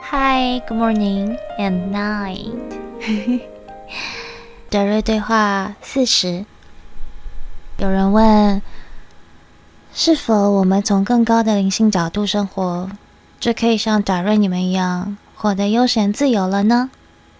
Hi, good morning and night 德瑞对话40。有人问，是否我们从更高的灵性角度生活，就可以像德瑞你们一样活得悠闲自由了呢？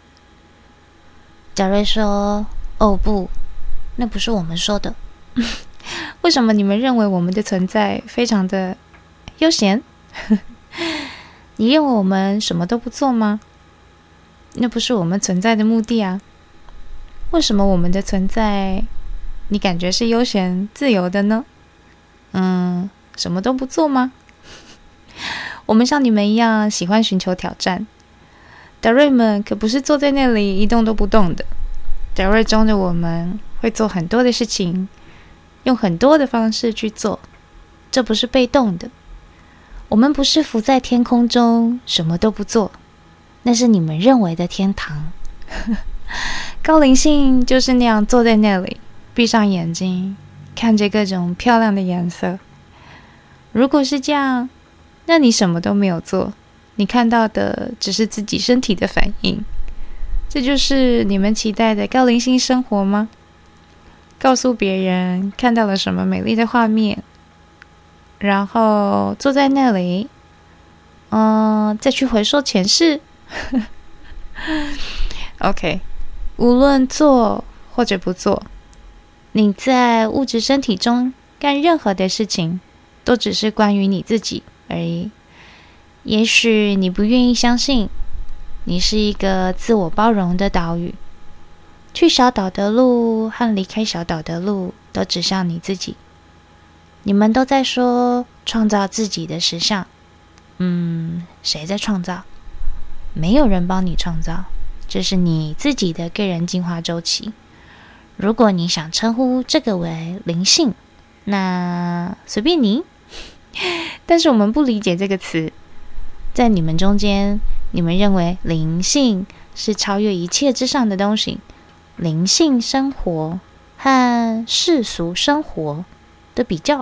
德瑞说，哦不，那不是我们说的。为什么你们认为我们的存在非常的悠闲？你认为我们什么都不做吗？那不是我们存在的目的啊。为什么我们的存在你感觉是悠闲自由的呢？什么都不做吗？我们像你们一样喜欢寻求挑战。德瑞们可不是坐在那里一动都不动的。德瑞中的我们会做很多的事情，用很多的方式去做，这不是被动的。我们不是浮在天空中什么都不做，那是你们认为的天堂。高灵性就是那样坐在那里，闭上眼睛，看着各种漂亮的颜色。如果是这样，那你什么都没有做，你看到的只是自己身体的反应。这就是你们期待的高灵性生活吗？告诉别人看到了什么美丽的画面，然后坐在那里，再去回溯前世。OK， 无论做或者不做，你在物质身体中干任何的事情，都只是关于你自己而已。也许你不愿意相信，你是一个自我包容的岛屿，去小岛的路和离开小岛的路都指向你自己。你们都在说创造自己的实相，谁在创造？没有人帮你创造，这是你自己的个人进化周期。如果你想称呼这个为灵性，那随便你。但是我们不理解这个词，在你们中间，你们认为灵性是超越一切之上的东西，灵性生活和世俗生活的比较。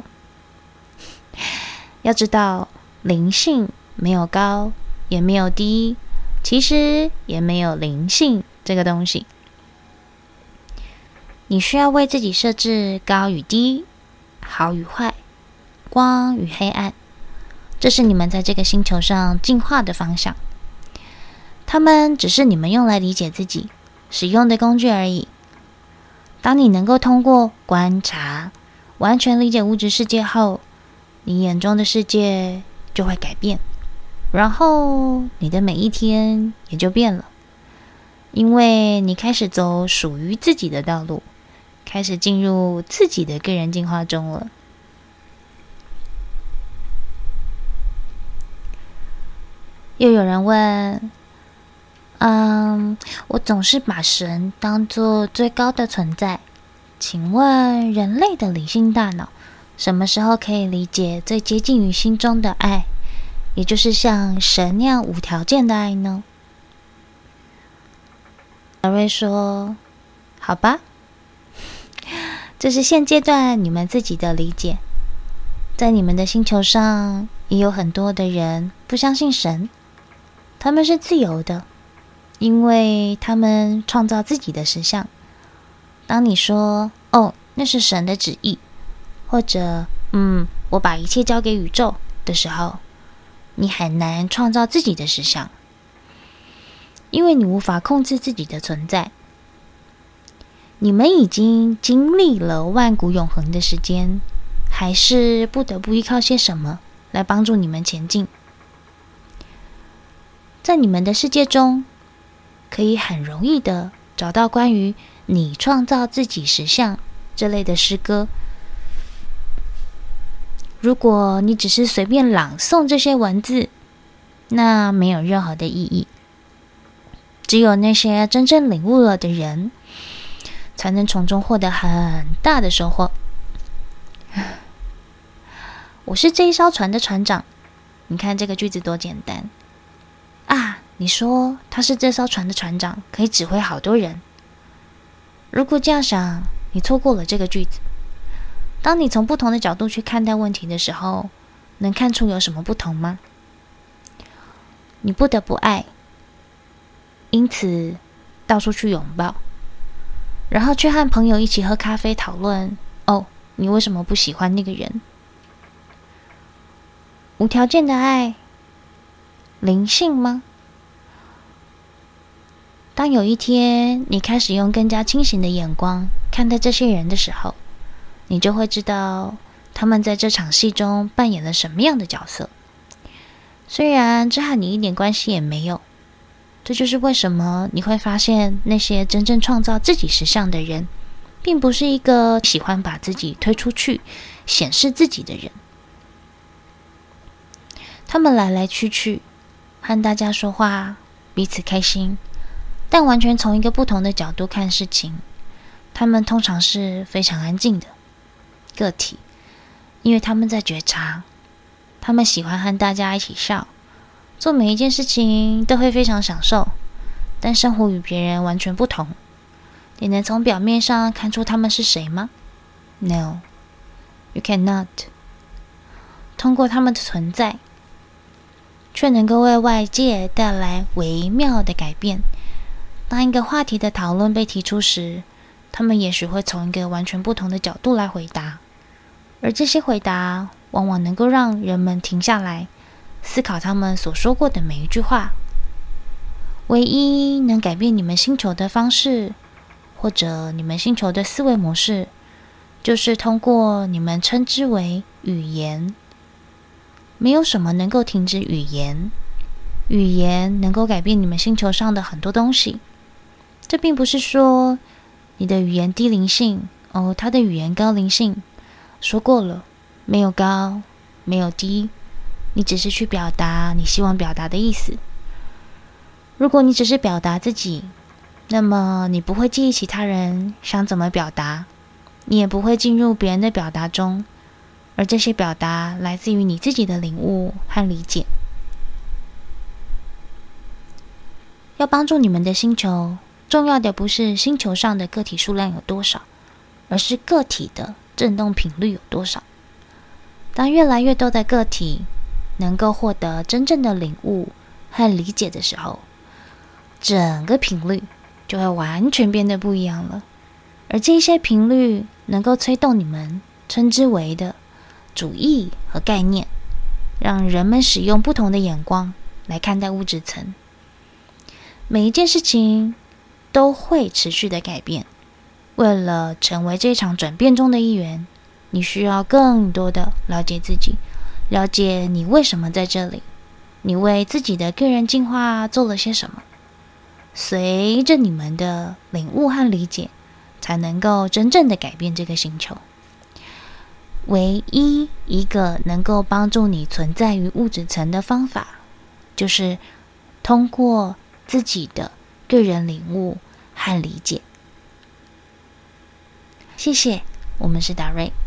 要知道，灵性没有高，也没有低，其实也没有灵性这个东西。你需要为自己设置高与低，好与坏，光与黑暗，这是你们在这个星球上进化的方向。它们只是你们用来理解自己使用的工具而已。当你能够通过观察完全理解物质世界后，你眼中的世界就会改变，然后你的每一天也就变了，因为你开始走属于自己的道路，开始进入自己的个人进化中了。又有人问，我总是把神当作最高的存在，请问人类的理性大脑什么时候可以理解最接近于心中的爱，也就是像神那样无条件的爱呢？德瑞说，好吧，这是现阶段你们自己的理解。在你们的星球上也有很多的人不相信神，他们是自由的，因为他们创造自己的实相。当你说，那是神的旨意，或者我把一切交给宇宙的时候，你很难创造自己的实相，因为你无法控制自己的存在。你们已经经历了万古永恒的时间，还是不得不依靠些什么来帮助你们前进。在你们的世界中，可以很容易的找到关于你创造自己实相这类的诗歌。如果你只是随便朗诵这些文字，那没有任何的意义。只有那些真正领悟了的人，才能从中获得很大的收获。我是这一艘船的船长，你看这个句子多简单啊！你说他是这艘船的船长，可以指挥好多人。如果这样想，你错过了这个句子。当你从不同的角度去看待问题的时候，能看出有什么不同吗？ 你不得不爱，因此到处去拥抱，然后去和朋友一起喝咖啡讨论，你为什么不喜欢那个人？无条件的爱，灵性吗？当有一天你开始用更加清醒的眼光看待这些人的时候，你就会知道他们在这场戏中扮演了什么样的角色。虽然这和你一点关系也没有，这就是为什么你会发现那些真正创造自己实相的人，并不是一个喜欢把自己推出去显示自己的人。他们来来去去，和大家说话，彼此开心，但完全从一个不同的角度看事情。他们通常是非常安静的个体，因为他们在觉察，他们喜欢和大家一起笑，做每一件事情都会非常享受，但生活与别人完全不同。你能从表面上看出他们是谁吗？ No, you cannot. 通过他们的存在，却能够为外界带来微妙的改变。当一个话题的讨论被提出时，他们也许会从一个完全不同的角度来回答，而这些回答往往能够让人们停下来，思考他们所说过的每一句话。唯一能改变你们星球的方式，或者你们星球的思维模式，就是通过你们称之为语言。没有什么能够停止语言，语言能够改变你们星球上的很多东西。这并不是说你的语言低灵性，他的语言高灵性。说过了，没有高，没有低，你只是去表达你希望表达的意思。如果你只是表达自己，那么你不会介意其他人想怎么表达，你也不会进入别人的表达中，而这些表达来自于你自己的领悟和理解。要帮助你们的星球，重要的不是星球上的个体数量有多少，而是个体的振动频率有多少。当越来越多的个体能够获得真正的领悟和理解的时候，整个频率就会完全变得不一样了。而这些频率能够催动你们称之为的主义和概念，让人们使用不同的眼光来看待物质层。每一件事情都会持续的改变。为了成为这场转变中的一员，你需要更多的了解自己，了解你为什么在这里，你为自己的个人进化做了些什么。随着你们的领悟和理解，才能够真正的改变这个星球。唯一一个能够帮助你存在于物质层的方法，就是通过自己的个人领悟和理解。谢谢，我们是达瑞。